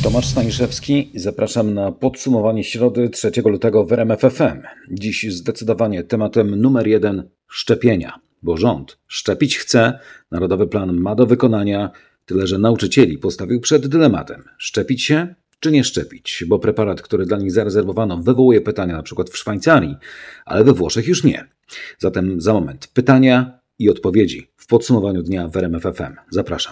Tomasz Staniszewski, zapraszam na podsumowanie środy 3 lutego w RMF FM. Dziś zdecydowanie tematem numer 1 szczepienia, bo rząd szczepić chce, Narodowy Plan ma do wykonania, tyle że nauczycieli postawił przed dylematem: szczepić się czy nie szczepić, bo preparat, który dla nich zarezerwowano, wywołuje pytania na przykład w Szwajcarii, ale we Włoszech już nie. Zatem za moment pytania i odpowiedzi w podsumowaniu dnia w RMF FM. Zapraszam.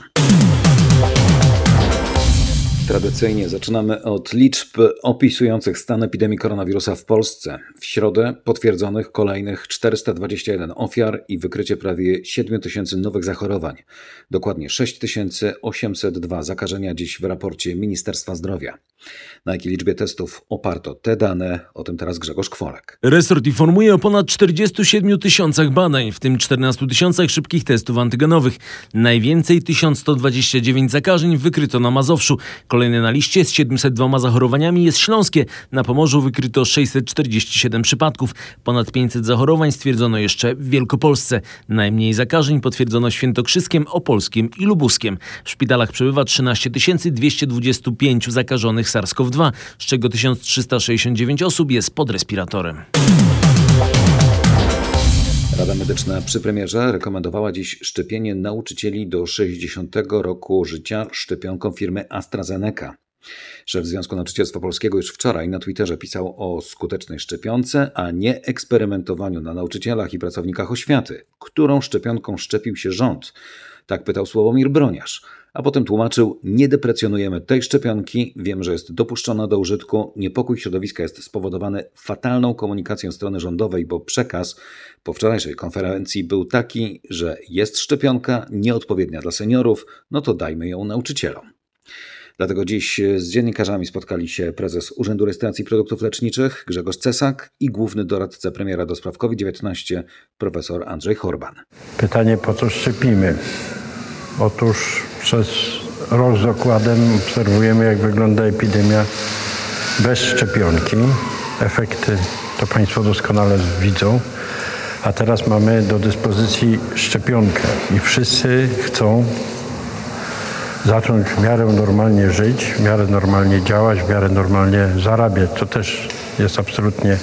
Tradycyjnie zaczynamy od liczb opisujących stan epidemii koronawirusa w Polsce. W środę potwierdzonych kolejnych 421 ofiar i wykrycie prawie 7 tysięcy nowych zachorowań. Dokładnie 6802 zakażenia dziś w raporcie Ministerstwa Zdrowia. Na jakiej liczbie testów oparto te dane? O tym teraz Grzegorz Kwolek. Resort informuje o ponad 47 tysiącach badań, w tym 14 tysiącach szybkich testów antygenowych. Najwięcej 1129 zakażeń wykryto na Mazowszu. Kolejne na liście z 702 zachorowaniami jest Śląskie. Na Pomorzu wykryto 647 przypadków. Ponad 500 zachorowań stwierdzono jeszcze w Wielkopolsce. Najmniej zakażeń potwierdzono Świętokrzyskiem, Opolskiem i Lubuskiem. W szpitalach przebywa 13 225 zakażonych SARS-CoV-2, z czego 1369 osób jest pod respiratorem. Rada Medyczna przy premierze rekomendowała dziś szczepienie nauczycieli do 60 roku życia szczepionką firmy AstraZeneca. Szef Związku Nauczycielstwa Polskiego już wczoraj na Twitterze pisał o skutecznej szczepionce, a nie eksperymentowaniu na nauczycielach i pracownikach oświaty. Którą szczepionką szczepił się rząd? Tak pytał Sławomir Broniarz. A potem tłumaczył: nie deprecjonujemy tej szczepionki, wiem, że jest dopuszczona do użytku. Niepokój środowiska jest spowodowany fatalną komunikacją strony rządowej, bo przekaz po wczorajszej konferencji był taki, że jest szczepionka nieodpowiednia dla seniorów, no to dajmy ją nauczycielom. Dlatego dziś z dziennikarzami spotkali się prezes Urzędu Rejestracji Produktów Leczniczych Grzegorz Cesak i główny doradca premiera do spraw COVID-19 profesor Andrzej Horban. Pytanie, po co szczepimy? Otóż przez rok z dokładem obserwujemy, jak wygląda epidemia bez szczepionki. Efekty to Państwo doskonale widzą. A teraz mamy do dyspozycji szczepionkę i wszyscy chcą zacząć w miarę normalnie żyć, w miarę normalnie działać, w miarę normalnie zarabiać. To też jest absolutnie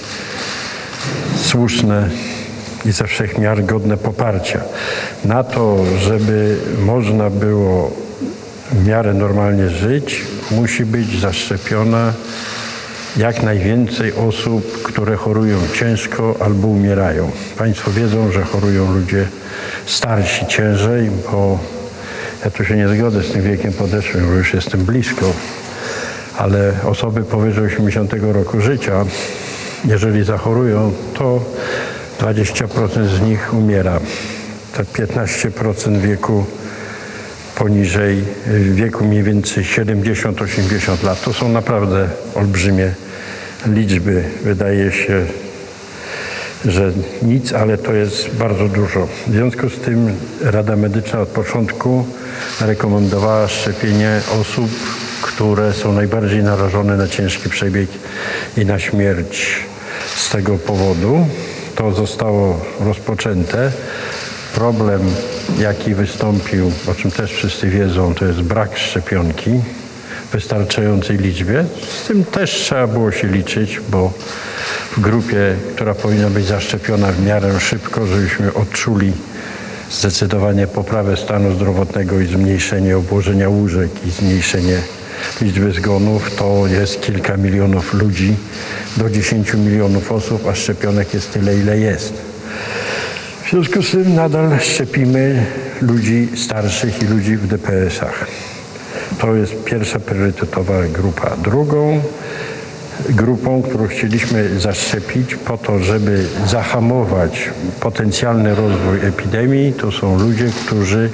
słuszne i ze wszech miar godne poparcia. Na to, żeby można było w miarę normalnie żyć, musi być zaszczepiona jak najwięcej osób, które chorują ciężko albo umierają. Państwo wiedzą, że chorują ludzie starsi ciężej, bo ja tu się nie zgodzę z tym wiekiem podeszłym, bo już jestem blisko, ale osoby powyżej 80 roku życia, jeżeli zachorują, to 20% z nich umiera. To 15% wieku poniżej, wieku mniej więcej 70-80 lat. To są naprawdę olbrzymie liczby. Wydaje się, że nic, ale to jest bardzo dużo. W związku z tym Rada Medyczna od początku rekomendowała szczepienie osób, które są najbardziej narażone na ciężki przebieg i na śmierć z tego powodu. To zostało rozpoczęte. Problem, jaki wystąpił, o czym też wszyscy wiedzą, to jest brak szczepionki w wystarczającej liczbie. Z tym też trzeba było się liczyć, bo w grupie, która powinna być zaszczepiona w miarę szybko, żebyśmy odczuli zdecydowanie poprawę stanu zdrowotnego i zmniejszenie obłożenia łóżek i zmniejszenie liczby zgonów, to jest kilka milionów ludzi do 10 milionów osób, a szczepionek jest tyle, ile jest. W związku z tym nadal szczepimy ludzi starszych i ludzi w DPS-ach. To jest pierwsza priorytetowa grupa. Drugą grupą, którą chcieliśmy zaszczepić po to, żeby zahamować potencjalny rozwój epidemii, to są ludzie, którzy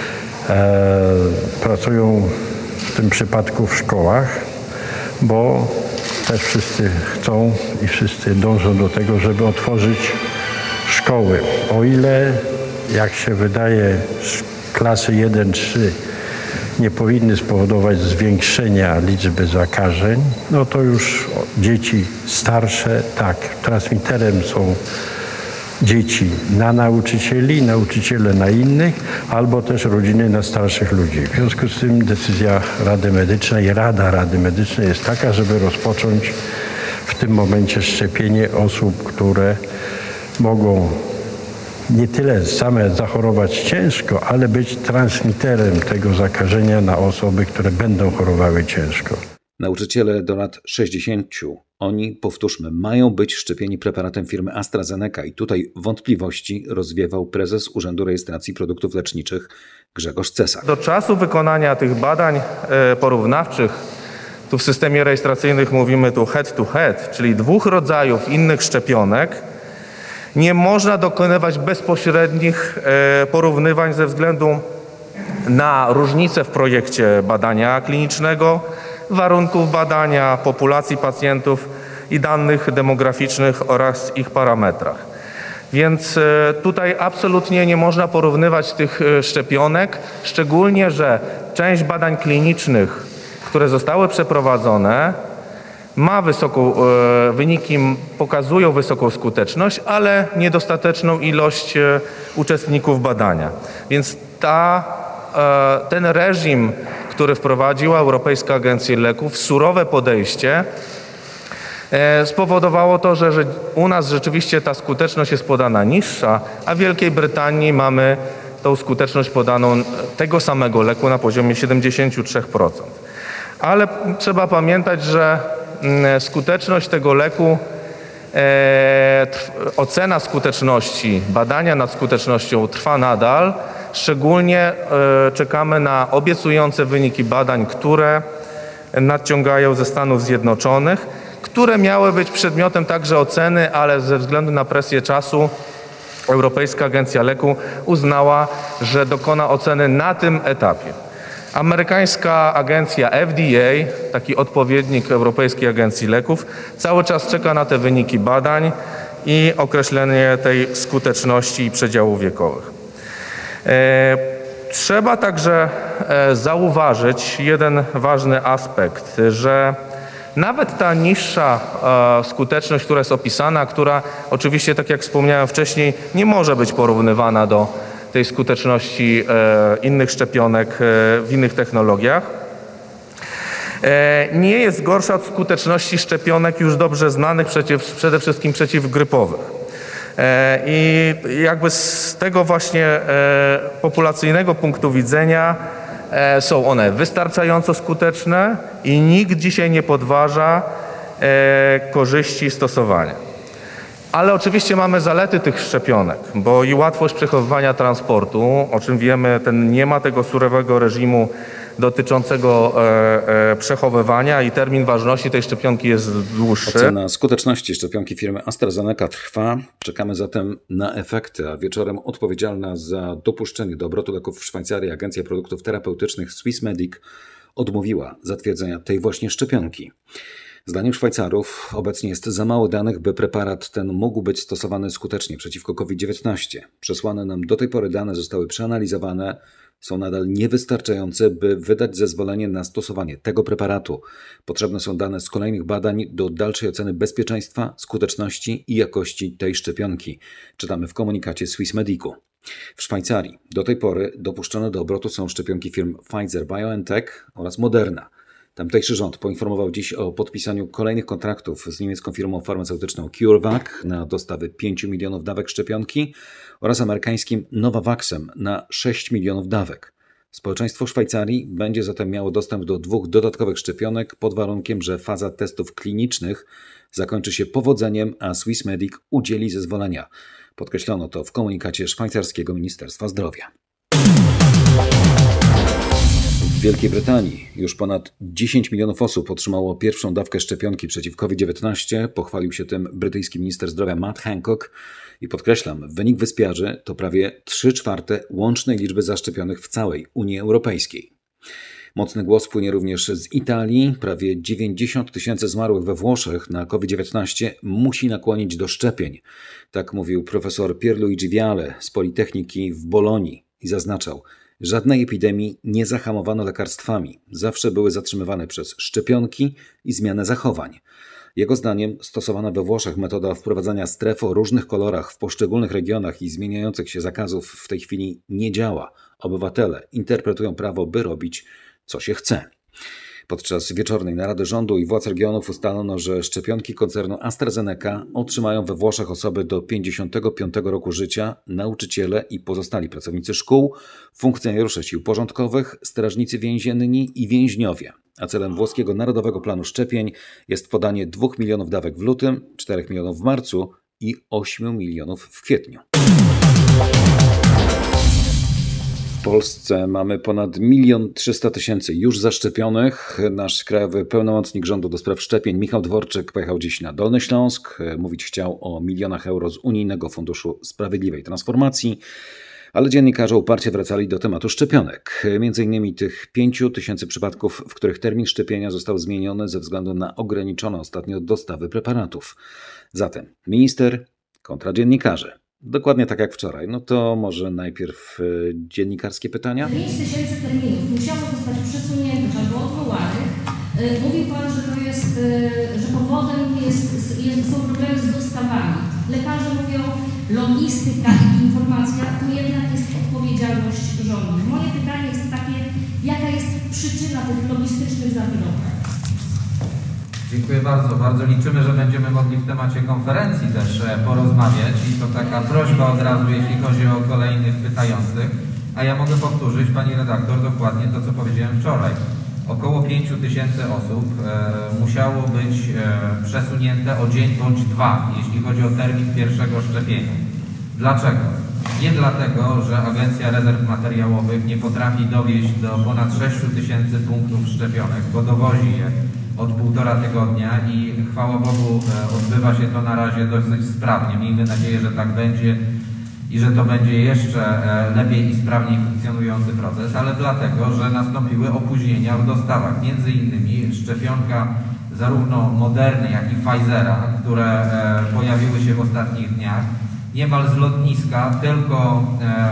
pracują w tym przypadku w szkołach, bo też wszyscy chcą i wszyscy dążą do tego, żeby otworzyć szkoły. O ile, jak się wydaje, klasy 1-3 nie powinny spowodować zwiększenia liczby zakażeń, no to już dzieci starsze, tak, transmiterem są dzieci na nauczycieli, nauczyciele na innych, albo też rodziny na starszych ludzi. W związku z tym decyzja Rady Medycznej, Rada Rady Medycznej jest taka, żeby rozpocząć w tym momencie szczepienie osób, które mogą nie tyle same zachorować ciężko, ale być transmiterem tego zakażenia na osoby, które będą chorowały ciężko. Nauczyciele do lat 60, oni, powtórzmy, mają być szczepieni preparatem firmy AstraZeneca i tutaj wątpliwości rozwiewał prezes Urzędu Rejestracji Produktów Leczniczych Grzegorz Cesak. Do czasu wykonania tych badań porównawczych, tu w systemie rejestracyjnym mówimy tu head to head, czyli 2 rodzajów innych szczepionek, nie można dokonywać bezpośrednich porównywań ze względu na różnice w projekcie badania klinicznego, warunków badania, populacji pacjentów i danych demograficznych oraz ich parametrach. Więc tutaj absolutnie nie można porównywać tych szczepionek, szczególnie że część badań klinicznych, które zostały przeprowadzone, wyniki pokazują wysoką skuteczność, ale niedostateczną ilość uczestników badania. Więc ten reżim, który wprowadziła Europejska Agencja Leków, surowe podejście, spowodowało to, że u nas rzeczywiście ta skuteczność jest podana niższa, a w Wielkiej Brytanii mamy tą skuteczność podaną tego samego leku na poziomie 73%. Ale trzeba pamiętać, że skuteczność tego leku, ocena skuteczności, badania nad skutecznością trwa nadal. Szczególnie czekamy na obiecujące wyniki badań, które nadciągają ze Stanów Zjednoczonych, które miały być przedmiotem także oceny, ale ze względu na presję czasu Europejska Agencja Leku uznała, że dokona oceny na tym etapie. Amerykańska agencja FDA, taki odpowiednik Europejskiej Agencji Leków, cały czas czeka na te wyniki badań i określenie tej skuteczności i przedziałów wiekowych. Trzeba także zauważyć jeden ważny aspekt, że nawet ta niższa skuteczność, która jest opisana, która oczywiście, tak jak wspomniałem wcześniej, nie może być porównywana do tej skuteczności innych szczepionek w innych technologiach, nie jest gorsza od skuteczności szczepionek już dobrze znanych, przede wszystkim przeciwgrypowych. I jakby z tego właśnie populacyjnego punktu widzenia są one wystarczająco skuteczne i nikt dzisiaj nie podważa korzyści stosowania. Ale oczywiście mamy zalety tych szczepionek, bo i łatwość przechowywania transportu, o czym wiemy, nie ma tego surowego reżimu dotyczącego przechowywania i termin ważności tej szczepionki jest dłuższy. Ocena skuteczności szczepionki firmy AstraZeneca trwa. Czekamy zatem na efekty, a wieczorem odpowiedzialna za dopuszczenie do obrotu leków w Szwajcarii Agencja Produktów Terapeutycznych Swissmedic odmówiła zatwierdzenia tej właśnie szczepionki. Zdaniem Szwajcarów obecnie jest za mało danych, by preparat ten mógł być stosowany skutecznie przeciwko COVID-19. Przesłane nam do tej pory dane zostały przeanalizowane, są nadal niewystarczające, by wydać zezwolenie na stosowanie tego preparatu. Potrzebne są dane z kolejnych badań do dalszej oceny bezpieczeństwa, skuteczności i jakości tej szczepionki. Czytamy w komunikacie Swissmedicu. W Szwajcarii do tej pory dopuszczone do obrotu są szczepionki firm Pfizer-BioNTech oraz Moderna. Tamtejszy rząd poinformował dziś o podpisaniu kolejnych kontraktów z niemiecką firmą farmaceutyczną CureVac na dostawy 5 milionów dawek szczepionki oraz amerykańskim Novavaxem na 6 milionów dawek. Społeczeństwo Szwajcarii będzie zatem miało dostęp do 2 dodatkowych szczepionek pod warunkiem, że faza testów klinicznych zakończy się powodzeniem, a Swissmedic udzieli zezwolenia. Podkreślono to w komunikacie szwajcarskiego Ministerstwa Zdrowia. W Wielkiej Brytanii już ponad 10 milionów osób otrzymało pierwszą dawkę szczepionki przeciw COVID-19. Pochwalił się tym brytyjski minister zdrowia Matt Hancock i podkreślam, wynik wyspiarzy to prawie 3/4 łącznej liczby zaszczepionych w całej Unii Europejskiej. Mocny głos płynie również z Italii. Prawie 90 000 zmarłych we Włoszech na COVID-19 musi nakłonić do szczepień. Tak mówił profesor Pierluigi Viale z Politechniki w Bolonii i zaznaczał, żadnej epidemii nie zahamowano lekarstwami. Zawsze były zatrzymywane przez szczepionki i zmianę zachowań. Jego zdaniem stosowana we Włoszech metoda wprowadzania stref o różnych kolorach w poszczególnych regionach i zmieniających się zakazów w tej chwili nie działa. Obywatele interpretują prawo, by robić, co się chce. Podczas wieczornej narady rządu i władz regionów ustalono, że szczepionki koncernu AstraZeneca otrzymają we Włoszech osoby do 55 roku życia, nauczyciele i pozostali pracownicy szkół, funkcjonariusze sił porządkowych, strażnicy więzienni i więźniowie. A celem włoskiego Narodowego Planu Szczepień jest podanie 2 milionów dawek w lutym, 4 milionów w marcu i 8 milionów w kwietniu. W Polsce mamy ponad 1 300 000 już zaszczepionych. Nasz krajowy pełnomocnik rządu do spraw szczepień Michał Dworczyk pojechał dziś na Dolny Śląsk. Mówić chciał o milionach euro z Unijnego Funduszu Sprawiedliwej Transformacji, ale dziennikarze uparcie wracali do tematu szczepionek. Między innymi tych 5 000 przypadków, w których termin szczepienia został zmieniony ze względu na ograniczone ostatnio dostawy preparatów. Zatem minister kontra dziennikarze. Dokładnie tak jak wczoraj. No to może najpierw dziennikarskie pytania. 5 000 terminów musiało zostać przesuniętych albo odwołanych. Mówi Pan, że to jest, że powodem są problemy z dostawami. Lekarze mówią, logistyka i informacja to jednak jest odpowiedzialność rządu. Moje pytanie jest takie, jaka jest przyczyna tych logistycznych zawirowań? Dziękuję bardzo. Bardzo liczymy, że będziemy mogli w temacie konferencji też porozmawiać i to taka prośba od razu, jeśli chodzi o kolejnych pytających. A ja mogę powtórzyć, Pani redaktor, dokładnie to, co powiedziałem wczoraj. Około 5 000 osób musiało być przesunięte o dzień bądź 2, jeśli chodzi o termin pierwszego szczepienia. Dlaczego? Nie dlatego, że Agencja Rezerw Materiałowych nie potrafi dowieść do ponad 6 000 punktów szczepionek, bo dowozi je od 1,5 tygodnia i chwała Bogu odbywa się to na razie dosyć sprawnie. Miejmy nadzieję, że tak będzie i że to będzie jeszcze lepiej i sprawniej funkcjonujący proces, ale dlatego, że nastąpiły opóźnienia w dostawach. Między innymi szczepionka zarówno Moderny, jak i Pfizera, które pojawiły się w ostatnich dniach, niemal z lotniska, tylko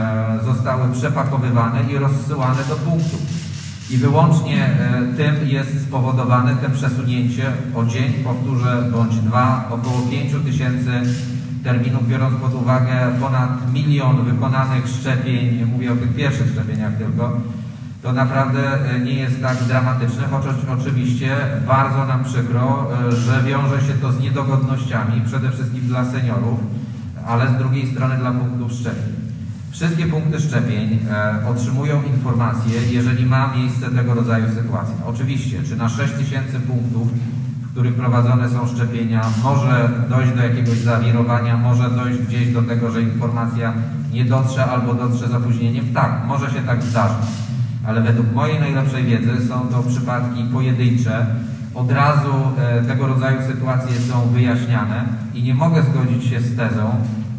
zostały przepakowywane i rozsyłane do punktów. I wyłącznie tym jest spowodowane te przesunięcie o dzień, powtórzę, bądź 2, około 5 000 terminów, biorąc pod uwagę ponad 1 000 000 wykonanych szczepień, mówię o tych pierwszych szczepieniach tylko, to naprawdę nie jest tak dramatyczne, choć oczywiście bardzo nam przykro, że wiąże się to z niedogodnościami, przede wszystkim dla seniorów, ale z drugiej strony dla punktów szczepień. Wszystkie punkty szczepień otrzymują informacje, jeżeli ma miejsce tego rodzaju sytuacja. Oczywiście, czy na 6 000 punktów, w których prowadzone są szczepienia, może dojść do jakiegoś zawirowania, może dojść gdzieś do tego, że informacja nie dotrze albo dotrze z opóźnieniem? Tak, może się tak zdarzyć. Ale według mojej najlepszej wiedzy są to przypadki pojedyncze. Od razu tego rodzaju sytuacje są wyjaśniane i nie mogę zgodzić się z tezą,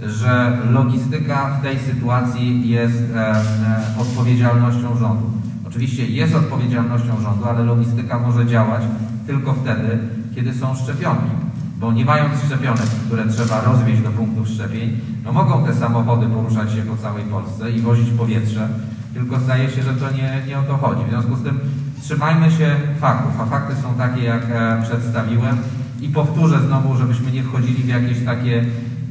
że logistyka w tej sytuacji jest odpowiedzialnością rządu. Oczywiście jest odpowiedzialnością rządu, ale logistyka może działać tylko wtedy, kiedy są szczepionki. Bo nie mając szczepionek, które trzeba rozwieźć do punktów szczepień, no mogą te samochody poruszać się po całej Polsce i wozić powietrze, tylko zdaje się, że to nie o to chodzi. W związku z tym trzymajmy się faktów, a fakty są takie, jak przedstawiłem i powtórzę znowu, żebyśmy nie wchodzili w jakieś takie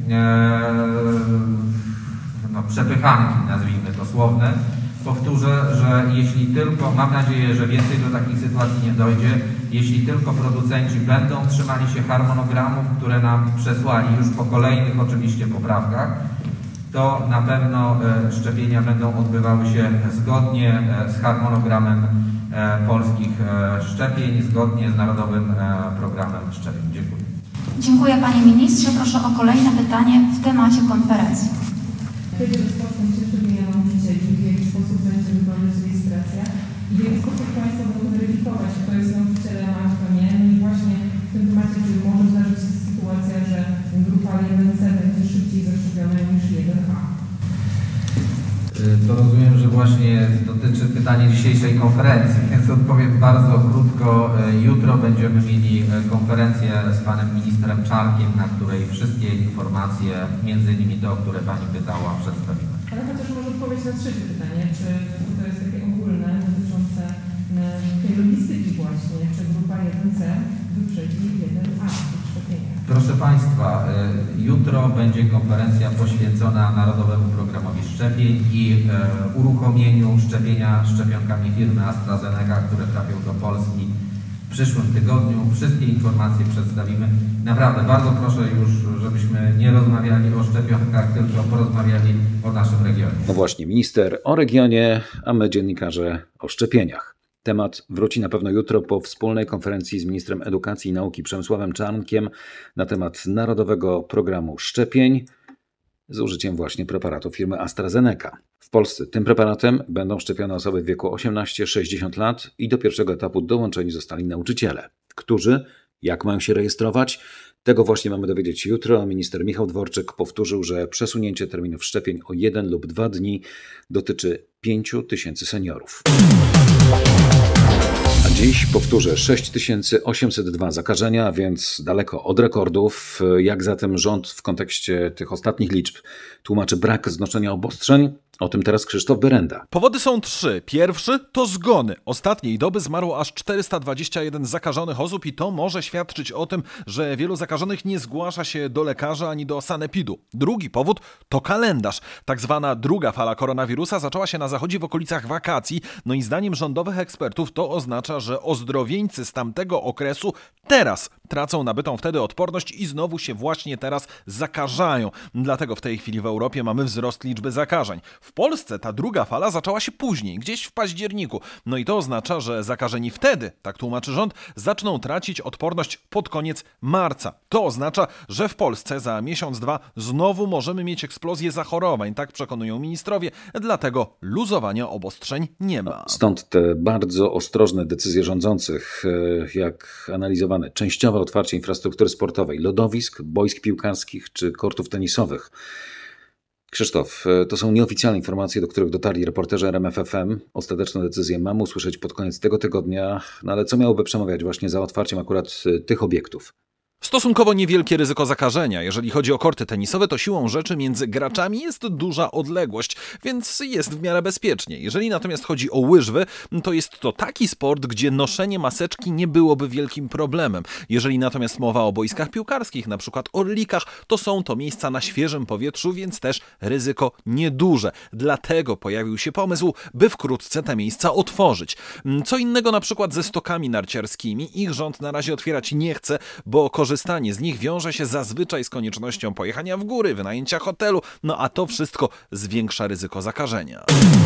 przepychanki, nazwijmy to słowne. Powtórzę, że jeśli tylko, mam nadzieję, że więcej do takich sytuacji nie dojdzie, jeśli tylko producenci będą trzymali się harmonogramów, które nam przesłali już po kolejnych oczywiście poprawkach, to na pewno szczepienia będą odbywały się zgodnie z harmonogramem polskich szczepień, zgodnie z Narodowym Programem Szczepień. Dziękuję. Dziękuję Panie Ministrze. Proszę o kolejne pytanie w temacie konferencji. Kiedy rozpoczną się szczepienia nauczycieli, w jaki sposób będzie wykonać rejestracja i w jaki sposób Państwo będą weryfikować, kto jest nauczycielem, a kto nie. No i właśnie w tym temacie, czy może zdarzyć się sytuacja, że grupa 1C będzie szybciej zaszczepiona niż 1A. To rozumiem, że właśnie dotyczy pytanie dzisiejszej konferencji, więc odpowiem bardzo krótko. Jutro będziemy mieli konferencję z panem ministrem Czarnkiem, na której wszystkie informacje, między innymi te, o które pani pytała, przedstawimy. Ale chociaż może odpowiedzieć na trzecie pytanie, czy to jest takie ogólne, dotyczące tej logistyki właśnie, czy grupa 1C wyprzedzi 1A. szczepieniach? Proszę Państwa, jutro będzie konferencja poświęcona Narodowemu Programowi Szczepień i uruchomieniu szczepienia szczepionkami firmy AstraZeneca, które trafią do Polski w przyszłym tygodniu. Wszystkie informacje przedstawimy. Naprawdę bardzo proszę już, żebyśmy nie rozmawiali o szczepionkach, tylko porozmawiali o naszym regionie. No właśnie, minister o regionie, a my dziennikarze o szczepieniach. Temat wróci na pewno jutro po wspólnej konferencji z ministrem edukacji i nauki Przemysławem Czarnkiem na temat Narodowego Programu Szczepień z użyciem właśnie preparatu firmy AstraZeneca. W Polsce tym preparatem będą szczepione osoby w wieku 18-60 lat i do pierwszego etapu dołączeni zostali nauczyciele, którzy jak mają się rejestrować? Tego właśnie mamy dowiedzieć się jutro. Minister Michał Dworczyk powtórzył, że przesunięcie terminów szczepień o 1 lub 2 dni dotyczy 5 000 seniorów. A dziś powtórzę 6802 zakażenia, więc daleko od rekordów. Jak zatem rząd w kontekście tych ostatnich liczb tłumaczy brak znoszenia obostrzeń? O tym teraz Krzysztof Berenda. Powody są 3. Pierwszy to zgony. Ostatniej doby zmarło aż 421 zakażonych osób i to może świadczyć o tym, że wielu zakażonych nie zgłasza się do lekarza ani do sanepidu. Drugi powód to kalendarz. Tak zwana druga fala koronawirusa zaczęła się na zachodzie w okolicach wakacji. No i zdaniem rządowych ekspertów to oznacza, że ozdrowieńcy z tamtego okresu teraz tracą nabytą wtedy odporność i znowu się właśnie teraz zakażają. Dlatego w tej chwili w Europie mamy wzrost liczby zakażeń. W Polsce ta druga fala zaczęła się później, gdzieś w październiku. No i to oznacza, że zakażeni wtedy, tak tłumaczy rząd, zaczną tracić odporność pod koniec marca. To oznacza, że w Polsce za miesiąc, 2 znowu możemy mieć eksplozję zachorowań, tak przekonują ministrowie, dlatego luzowania obostrzeń nie ma. Stąd te bardzo ostrożne decyzje rządzących, jak analizowane częściowe otwarcie infrastruktury sportowej, lodowisk, boisk piłkarskich czy kortów tenisowych. Krzysztof, to są nieoficjalne informacje, do których dotarli reporterzy RMF FM. Ostateczne decyzje mamy usłyszeć pod koniec tego tygodnia, no ale co miałoby przemawiać właśnie za otwarciem akurat tych obiektów? Stosunkowo niewielkie ryzyko zakażenia. Jeżeli chodzi o korty tenisowe, to siłą rzeczy między graczami jest duża odległość, więc jest w miarę bezpiecznie. Jeżeli natomiast chodzi o łyżwy, to jest to taki sport, gdzie noszenie maseczki nie byłoby wielkim problemem. Jeżeli natomiast mowa o boiskach piłkarskich, na przykład orlikach, to są to miejsca na świeżym powietrzu, więc też ryzyko nieduże. Dlatego pojawił się pomysł, by wkrótce te miejsca otworzyć. Co innego na przykład ze stokami narciarskimi. Ich rząd na razie otwierać nie chce, bo korzystanie z nich wiąże się zazwyczaj z koniecznością pojechania w góry, wynajęcia hotelu, no a to wszystko zwiększa ryzyko zakażenia.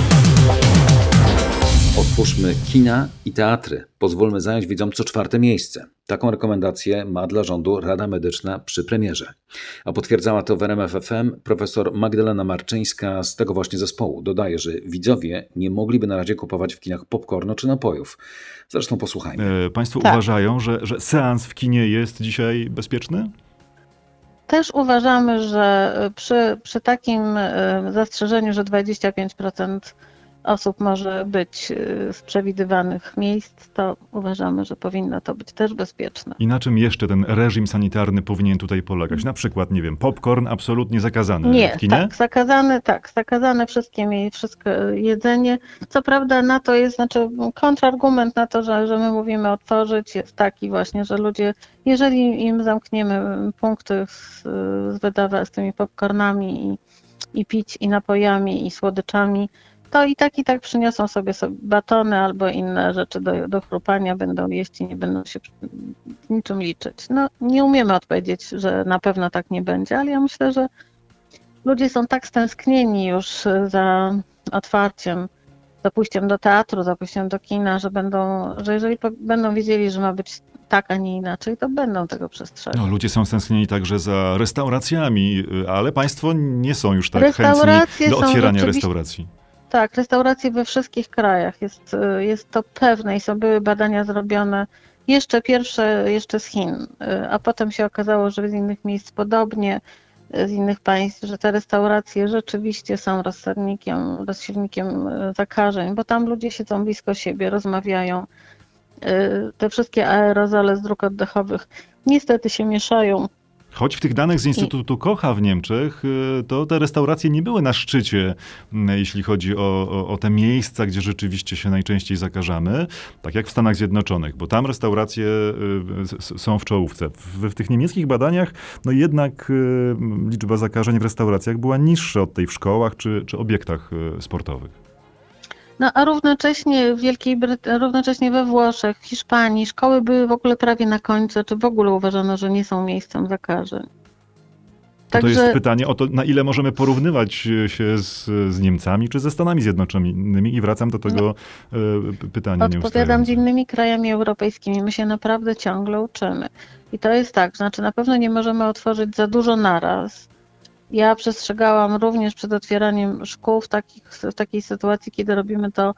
Otwórzmy kina i teatry. Pozwólmy zająć widzom co 4. miejsce. Taką rekomendację ma dla rządu Rada Medyczna przy premierze. A potwierdzała to w RMF FM profesor Magdalena Marczyńska z tego właśnie zespołu. Dodaje, że widzowie nie mogliby na razie kupować w kinach popcornu czy napojów. Zresztą posłuchajmy. Państwo uważają, że seans w kinie jest dzisiaj bezpieczny? Też uważamy, że przy takim zastrzeżeniu, że 25% osób może być z przewidywanych miejsc, to uważamy, że powinno to być też bezpieczne. I na czym jeszcze ten reżim sanitarny powinien tutaj polegać? Na przykład, nie wiem, popcorn absolutnie zakazany w kinie? Zakazane wszystko jedzenie. Co prawda na to jest, kontrargument na to, że my mówimy otworzyć, jest taki właśnie, że ludzie, jeżeli im zamkniemy punkty z tymi popcornami i pić, i napojami, i słodyczami, to i tak przyniosą sobie batony albo inne rzeczy do chrupania, będą jeść i nie będą się niczym liczyć. No, nie umiemy odpowiedzieć, że na pewno tak nie będzie, ale ja myślę, że ludzie są tak stęsknieni już za otwarciem, za pójściem do teatru, za pójściem do kina, że jeżeli będą wiedzieli, że ma być tak, a nie inaczej, to będą tego przestrzegać. No, ludzie są stęsknieni także za restauracjami, ale państwo nie są już tak chętni do otwierania restauracji. Tak, restauracje we wszystkich krajach, jest to pewne i były badania zrobione jeszcze z Chin, a potem się okazało, że z innych miejsc podobnie, z innych państw, że te restauracje rzeczywiście są rozsilnikiem zakażeń, bo tam ludzie siedzą blisko siebie, rozmawiają, te wszystkie aerozole z dróg oddechowych niestety się mieszają. Choć w tych danych z Instytutu Kocha w Niemczech, to te restauracje nie były na szczycie, jeśli chodzi o te miejsca, gdzie rzeczywiście się najczęściej zakażamy, tak jak w Stanach Zjednoczonych, bo tam restauracje są w czołówce. W tych niemieckich badaniach no jednak liczba zakażeń w restauracjach była niższa od tej w szkołach czy obiektach sportowych. No a równocześnie równocześnie we Włoszech, w Hiszpanii szkoły były w ogóle prawie na końcu, czy w ogóle uważano, że nie są miejscem zakażeń. To jest pytanie o to, na ile możemy porównywać się z Niemcami czy ze Stanami Zjednoczonymi i wracam do tego pytania. Odpowiadam z innymi krajami europejskimi. My się naprawdę ciągle uczymy. I to jest tak, znaczy na pewno nie możemy otworzyć za dużo naraz. Ja przestrzegałam również przed otwieraniem szkół w takiej sytuacji, kiedy robimy to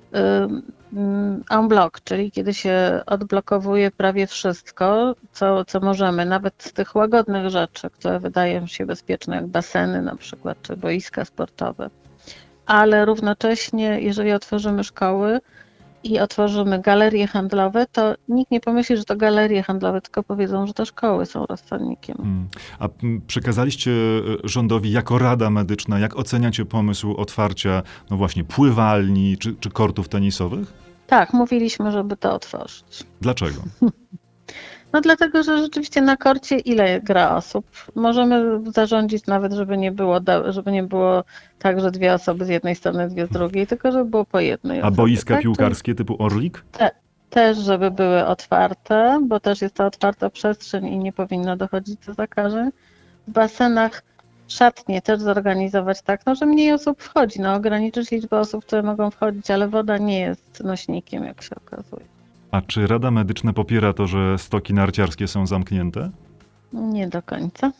en bloc, czyli kiedy się odblokowuje prawie wszystko, co możemy, nawet z tych łagodnych rzeczy, które wydają się bezpieczne, jak baseny na przykład, czy boiska sportowe. Ale równocześnie, jeżeli otworzymy szkoły i otworzymy galerie handlowe, to nikt nie pomyśli, że to galerie handlowe, tylko powiedzą, że to szkoły są rozsądnikiem. A przekazaliście rządowi jako Rada Medyczna, jak oceniacie pomysł otwarcia, no właśnie, pływalni czy kortów tenisowych? Tak, mówiliśmy, żeby to otworzyć. Dlaczego? No dlatego, że rzeczywiście na korcie ile gra osób? Możemy zarządzić nawet, żeby nie było tak, że 2 osoby z jednej strony, 2 z drugiej, tylko żeby było po jednej osobie. A boiska tak? piłkarskie typu Orlik? Też, żeby były otwarte, bo też jest to otwarta przestrzeń i nie powinno dochodzić do zakażeń. W basenach szatnie też zorganizować tak, że mniej osób wchodzi, ograniczyć liczbę osób, które mogą wchodzić, ale woda nie jest nośnikiem, jak się okazuje. A czy Rada Medyczna popiera to, że stoki narciarskie są zamknięte? Nie do końca.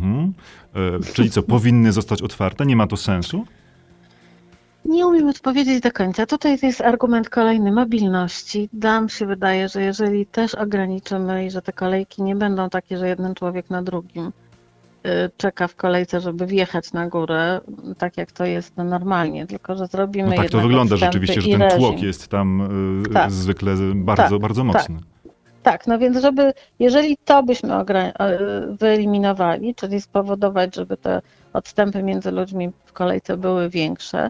Czyli co, powinny zostać otwarte? Nie ma to sensu? Nie umiem odpowiedzieć do końca. Tutaj jest argument kolejny mobilności. Nam się wydaje, że jeżeli też ograniczymy i że te kolejki nie będą takie, że jeden człowiek na drugim czeka w kolejce, żeby wjechać na górę, tak jak to jest normalnie, tylko że zrobimy tak to wygląda rzeczywiście, że ten tłok jest tam zwykle bardzo mocny. Tak, więc jeżeli to byśmy wyeliminowali, czyli spowodować, żeby te odstępy między ludźmi w kolejce były większe,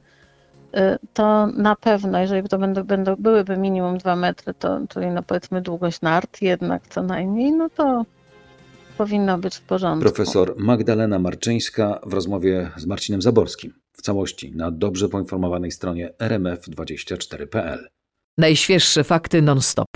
to na pewno, jeżeli to byłyby minimum 2 metry, czyli powiedzmy długość nart jednak co najmniej, to powinno być w porządku. Profesor Magdalena Marczyńska w rozmowie z Marcinem Zaborskim. W całości na dobrze poinformowanej stronie rmf24.pl. Najświeższe fakty non-stop.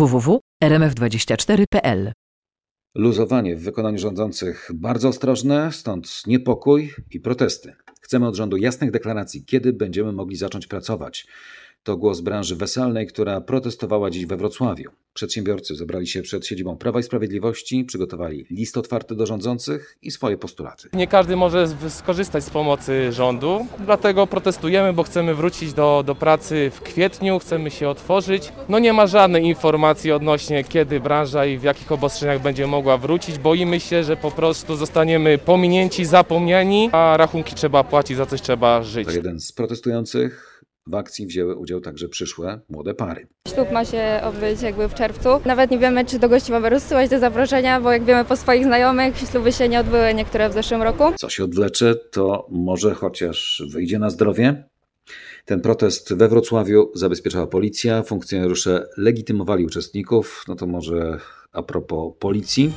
www.rmf24.pl. Luzowanie w wykonaniu rządzących bardzo ostrożne, stąd niepokój i protesty. Chcemy od rządu jasnych deklaracji, kiedy będziemy mogli zacząć pracować. To głos branży weselnej, która protestowała dziś we Wrocławiu. Przedsiębiorcy zebrali się przed siedzibą Prawa i Sprawiedliwości, przygotowali list otwarty do rządzących i swoje postulaty. Nie każdy może skorzystać z pomocy rządu, dlatego protestujemy, bo chcemy wrócić do pracy w kwietniu, chcemy się otworzyć. Nie ma żadnej informacji odnośnie kiedy branża i w jakich obostrzeniach będzie mogła wrócić. Boimy się, że po prostu zostaniemy pominięci, zapomniani, a rachunki trzeba płacić, za coś trzeba żyć. To jeden z protestujących. W akcji wzięły udział także przyszłe młode pary. Ślub ma się odbyć w czerwcu. Nawet nie wiemy, czy do gości mamy rozsyłać te zaproszenia, bo jak wiemy po swoich znajomych, śluby się nie odbyły niektóre w zeszłym roku. Co się odwlecze, to może chociaż wyjdzie na zdrowie. Ten protest we Wrocławiu zabezpieczała policja, funkcjonariusze legitymowali uczestników. To może a propos policji.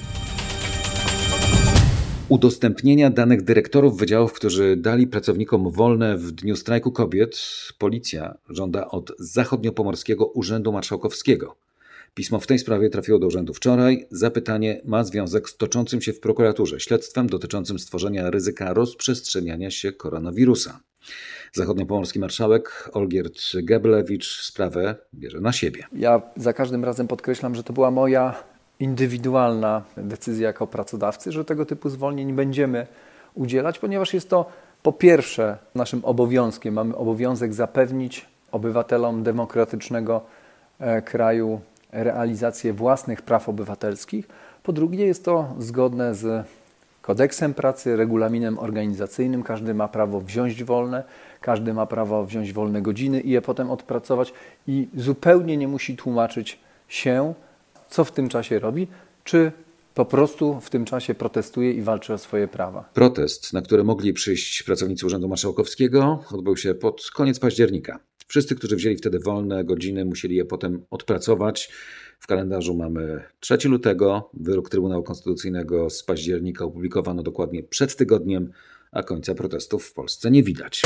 Udostępnienia danych dyrektorów wydziałów, którzy dali pracownikom wolne w dniu strajku kobiet, policja żąda od Zachodniopomorskiego Urzędu Marszałkowskiego. Pismo w tej sprawie trafiło do urzędu wczoraj. Zapytanie ma związek z toczącym się w prokuraturze śledztwem dotyczącym stworzenia ryzyka rozprzestrzeniania się koronawirusa. Zachodniopomorski marszałek Olgierd Geblewicz sprawę bierze na siebie. Ja za każdym razem podkreślam, że to była moja indywidualna decyzja jako pracodawcy, że tego typu zwolnień będziemy udzielać, ponieważ jest to po pierwsze naszym obowiązkiem. Mamy obowiązek zapewnić obywatelom demokratycznego kraju realizację własnych praw obywatelskich. Po drugie jest to zgodne z kodeksem pracy, regulaminem organizacyjnym. Każdy ma prawo wziąć wolne, każdy ma prawo wziąć wolne godziny i je potem odpracować i zupełnie nie musi tłumaczyć się, co w tym czasie robi, czy po prostu w tym czasie protestuje i walczy o swoje prawa. Protest, na który mogli przyjść pracownicy Urzędu Marszałkowskiego, odbył się pod koniec października. Wszyscy, którzy wzięli wtedy wolne godziny, musieli je potem odpracować. W kalendarzu mamy 3 lutego. Wyrok Trybunału Konstytucyjnego z października opublikowano dokładnie przed tygodniem, a końca protestów w Polsce nie widać.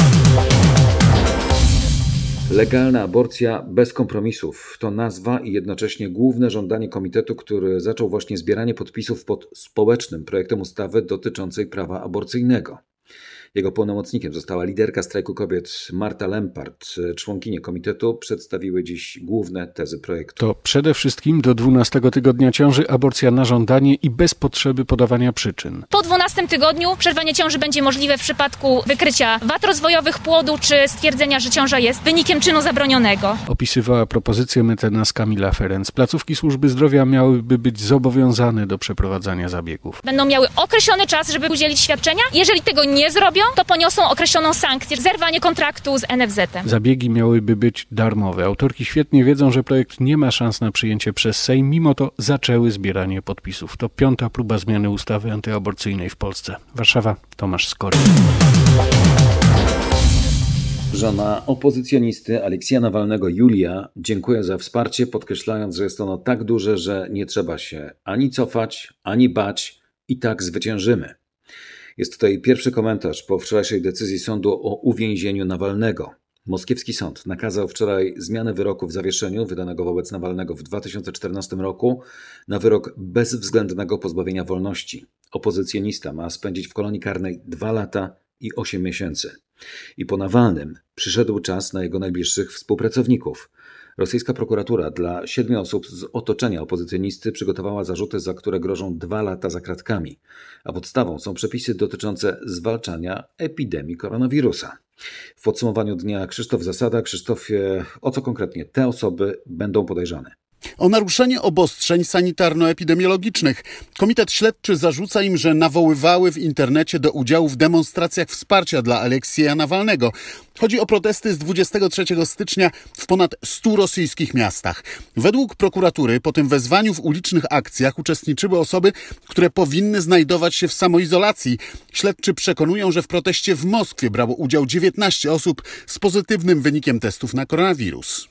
Legalna aborcja bez kompromisów to nazwa i jednocześnie główne żądanie komitetu, który zaczął właśnie zbieranie podpisów pod społecznym projektem ustawy dotyczącej prawa aborcyjnego. Jego pełnomocnikiem została liderka strajku kobiet Marta Lempart. Członkinie komitetu przedstawiły dziś główne tezy projektu. To przede wszystkim do 12 tygodnia ciąży aborcja na żądanie i bez potrzeby podawania przyczyn. Po 12 tygodniu przerwanie ciąży będzie możliwe w przypadku wykrycia wad rozwojowych płodu czy stwierdzenia, że ciąża jest wynikiem czynu zabronionego. Opisywała propozycję mecenas Kamila Ferenc. Placówki służby zdrowia miałyby być zobowiązane do przeprowadzania zabiegów. Będą miały określony czas, żeby udzielić świadczenia. Jeżeli tego nie zrobią, to poniosą określoną sankcję, zerwanie kontraktu z NFZ-em. Zabiegi miałyby być darmowe. Autorki świetnie wiedzą, że projekt nie ma szans na przyjęcie przez Sejm, mimo to zaczęły zbieranie podpisów. To 5. próba zmiany ustawy antyaborcyjnej w Polsce. Warszawa, Tomasz Skory. Żona opozycjonisty Aleksieja Nawalnego, Julia, dziękuję za wsparcie, podkreślając, że jest ono tak duże, że nie trzeba się ani cofać, ani bać i tak zwyciężymy. Jest to jej pierwszy komentarz po wczorajszej decyzji sądu o uwięzieniu Nawalnego. Moskiewski sąd nakazał wczoraj zmianę wyroku w zawieszeniu wydanego wobec Nawalnego w 2014 roku na wyrok bezwzględnego pozbawienia wolności. Opozycjonista ma spędzić w kolonii karnej 2 lata i 8 miesięcy. I po Nawalnym przyszedł czas na jego najbliższych współpracowników. Rosyjska prokuratura dla 7 osób z otoczenia opozycjonisty przygotowała zarzuty, za które grożą 2 lata za kratkami, a podstawą są przepisy dotyczące zwalczania epidemii koronawirusa. W podsumowaniu dnia Krzysztof Zasada. Krzysztofie, o co konkretnie te osoby będą podejrzane? O naruszenie obostrzeń sanitarno-epidemiologicznych. Komitet śledczy zarzuca im, że nawoływały w internecie do udziału w demonstracjach wsparcia dla Aleksieja Nawalnego. Chodzi o protesty z 23 stycznia w ponad 100 rosyjskich miastach. Według prokuratury po tym wezwaniu w ulicznych akcjach uczestniczyły osoby, które powinny znajdować się w samoizolacji. Śledczy przekonują, że w proteście w Moskwie brało udział 19 osób z pozytywnym wynikiem testów na koronawirus.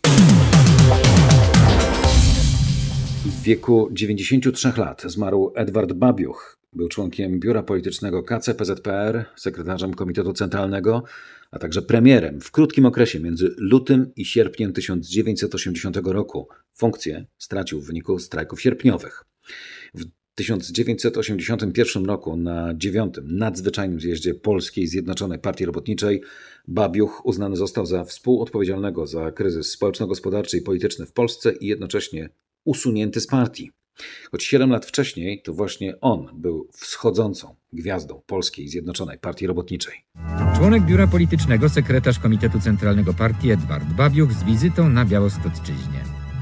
W wieku 93 lat zmarł Edward Babiuch. Był członkiem biura politycznego KC-PZPR, sekretarzem Komitetu Centralnego, a także premierem w krótkim okresie między lutym i sierpniem 1980 roku. Funkcję stracił w wyniku strajków sierpniowych. W 1981 roku na 9. nadzwyczajnym zjeździe Polskiej Zjednoczonej Partii Robotniczej Babiuch uznany został za współodpowiedzialnego za kryzys społeczno-gospodarczy i polityczny w Polsce i jednocześnie usunięty z partii. Choć 7 lat wcześniej to właśnie on był wschodzącą gwiazdą Polskiej Zjednoczonej Partii Robotniczej. Członek biura politycznego, sekretarz Komitetu Centralnego Partii Edward Babiuch z wizytą na Białostoczczyźnie.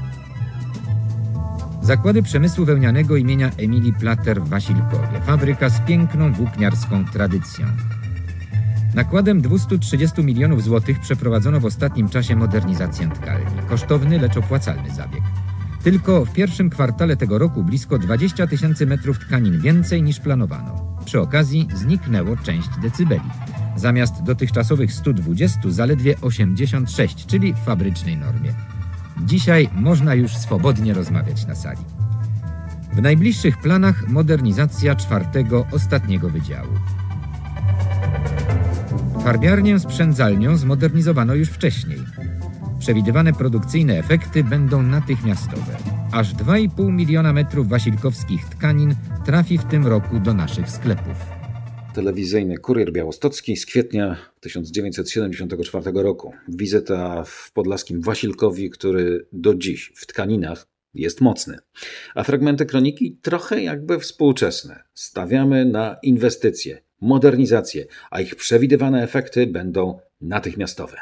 Zakłady przemysłu wełnianego imienia Emilii Plater w Wasilkowie. Fabryka z piękną włókniarską tradycją. Nakładem 230 milionów złotych przeprowadzono w ostatnim czasie modernizację tkalni. Kosztowny, lecz opłacalny zabieg. Tylko w pierwszym kwartale tego roku blisko 20 000 metrów tkanin więcej niż planowano. Przy okazji zniknęło część decybeli. Zamiast dotychczasowych 120 zaledwie 86, czyli w fabrycznej normie. Dzisiaj można już swobodnie rozmawiać na sali. W najbliższych planach modernizacja 4. ostatniego wydziału. Farbiarnię z przędzalnią zmodernizowano już wcześniej. Przewidywane produkcyjne efekty będą natychmiastowe. Aż 2,5 miliona metrów wasilkowskich tkanin trafi w tym roku do naszych sklepów. Telewizyjny Kurier Białostocki z kwietnia 1974 roku. Wizyta w podlaskim Wasilkowi, który do dziś w tkaninach jest mocny. A fragmenty kroniki trochę jakby współczesne. Stawiamy na inwestycje, modernizację, a ich przewidywane efekty będą natychmiastowe.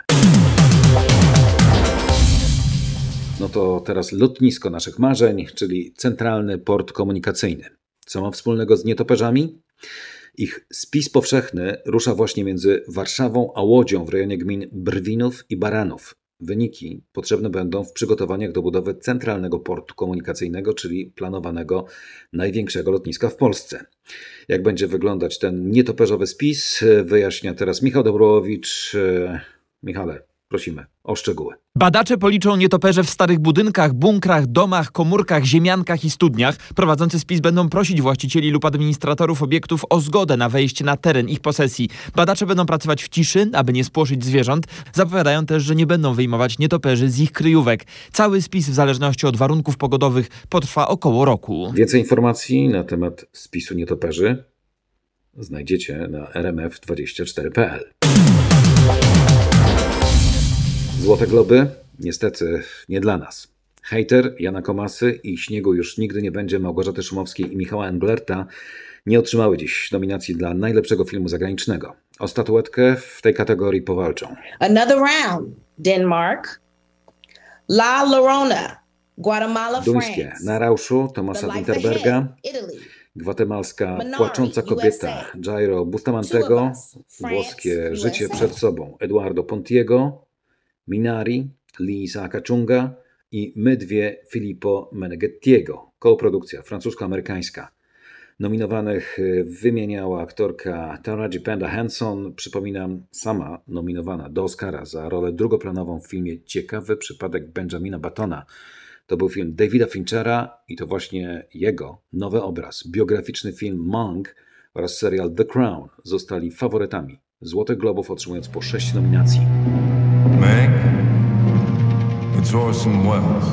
No to teraz lotnisko naszych marzeń, czyli Centralny Port Komunikacyjny. Co ma wspólnego z nietoperzami? Ich spis powszechny rusza właśnie między Warszawą a Łodzią w rejonie gmin Brwinów i Baranów. Wyniki potrzebne będą w przygotowaniach do budowy centralnego portu komunikacyjnego, czyli planowanego największego lotniska w Polsce. Jak będzie wyglądać ten nietoperzowy spis, wyjaśnia teraz Michał Dobrowicz. Michale, prosimy o szczegóły. Badacze policzą nietoperze w starych budynkach, bunkrach, domach, komórkach, ziemiankach i studniach. Prowadzący spis będą prosić właścicieli lub administratorów obiektów o zgodę na wejście na teren ich posesji. Badacze będą pracować w ciszy, aby nie spłoszyć zwierząt. Zapowiadają też, że nie będą wyjmować nietoperzy z ich kryjówek. Cały spis w zależności od warunków pogodowych potrwa około roku. Więcej informacji na temat spisu nietoperzy znajdziecie na rmf24.pl. Złote Globy? Niestety nie dla nas. Hejter, Jana Komasy i Śniegu już nigdy nie będzie Małgorzaty Szumowskiej i Michała Englerta nie otrzymały dziś nominacji dla najlepszego filmu zagranicznego. O statuetkę w tej kategorii powalczą. Another round. Denmark, La Llorona, Guatemala, Duńskie Na rauszu Tomasa Winterberga, gwatemalska Płacząca kobieta Jairo Bustamantego, włoskie Życie przed sobą Eduardo Pontiego, Minari, Lee Isaaca-Chunga i My dwie Filippo Meneghettiego. Koprodukcja francusko-amerykańska. Nominowanych wymieniała aktorka Taraji Penda Henson, przypominam, sama nominowana do Oscara za rolę drugoplanową w filmie Ciekawy przypadek Benjamina Buttona. To był film Davida Finchera i to właśnie jego nowy obraz, biograficzny film Monk oraz serial The Crown zostali faworytami Złotych Globów, otrzymując po 6 nominacji. Meg, it's Orson Welles.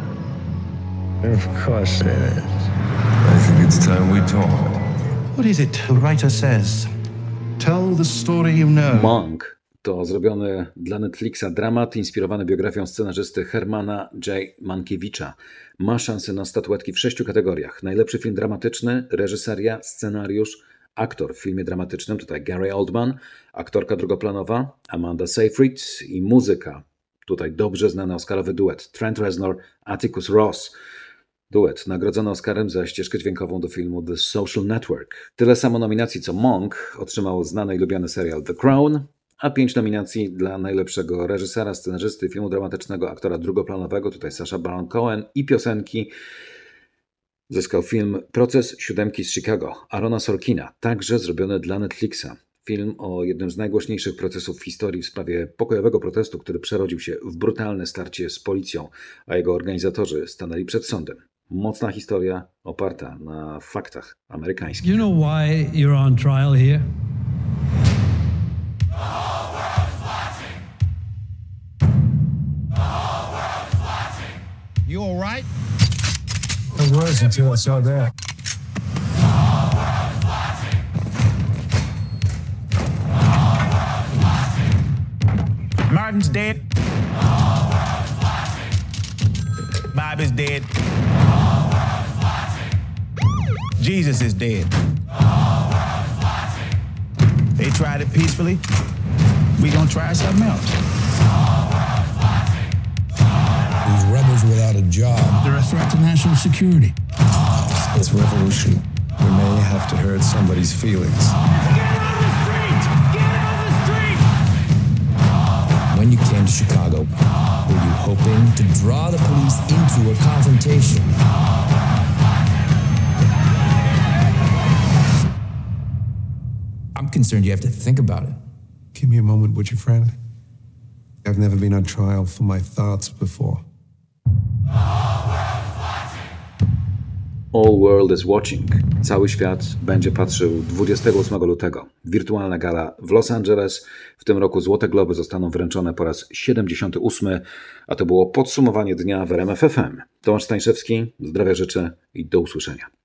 Of course it is. I think it's time we talk. What is it the writer says? Tell the story you know. Monk to zrobiony dla Netflixa dramat inspirowany biografią scenarzysty Hermana J. Mankiewicza. Ma szansę na statuetki w 6 kategoriach. Najlepszy film dramatyczny, reżyseria, scenariusz, aktor w filmie dramatycznym, tutaj Gary Oldman, aktorka drugoplanowa Amanda Seyfried i muzyka. Tutaj dobrze znany oscarowy duet Trent Reznor, Atticus Ross. Duet nagrodzony Oscarem za ścieżkę dźwiękową do filmu The Social Network. Tyle samo nominacji co Monk otrzymał znany i lubiany serial The Crown, a 5 nominacji dla najlepszego reżysera, scenarzysty, filmu dramatycznego, aktora drugoplanowego, tutaj Sacha Baron Cohen i piosenki. Zyskał film Proces siódemki z Chicago, Arona Sorkina, także zrobiony dla Netflixa. Film o jednym z najgłośniejszych procesów w historii w sprawie pokojowego protestu, który przerodził się w brutalne starcie z policją, a jego organizatorzy stanęli przed sądem. Mocna historia oparta na faktach amerykańskich. You know why you're on trial here? You all right? I was until I saw that. Martin's dead. Bob is dead. Jesus is dead. They tried it peacefully. We gonna try something else. These rebels without a job, they're a threat to national security. It's revolution. We may have to hurt somebody's feelings. When you came to Chicago, were you hoping to draw the police into a confrontation? I'm concerned you have to think about it. Give me a moment, would you, friend? I've never been on trial for my thoughts before. All World is Watching. Cały świat będzie patrzył 28 lutego. Wirtualna gala w Los Angeles. W tym roku Złote Globy zostaną wręczone po raz 78, a to było podsumowanie dnia w RMF FM. Tomasz Stańszewski, zdrowia życzę i do usłyszenia.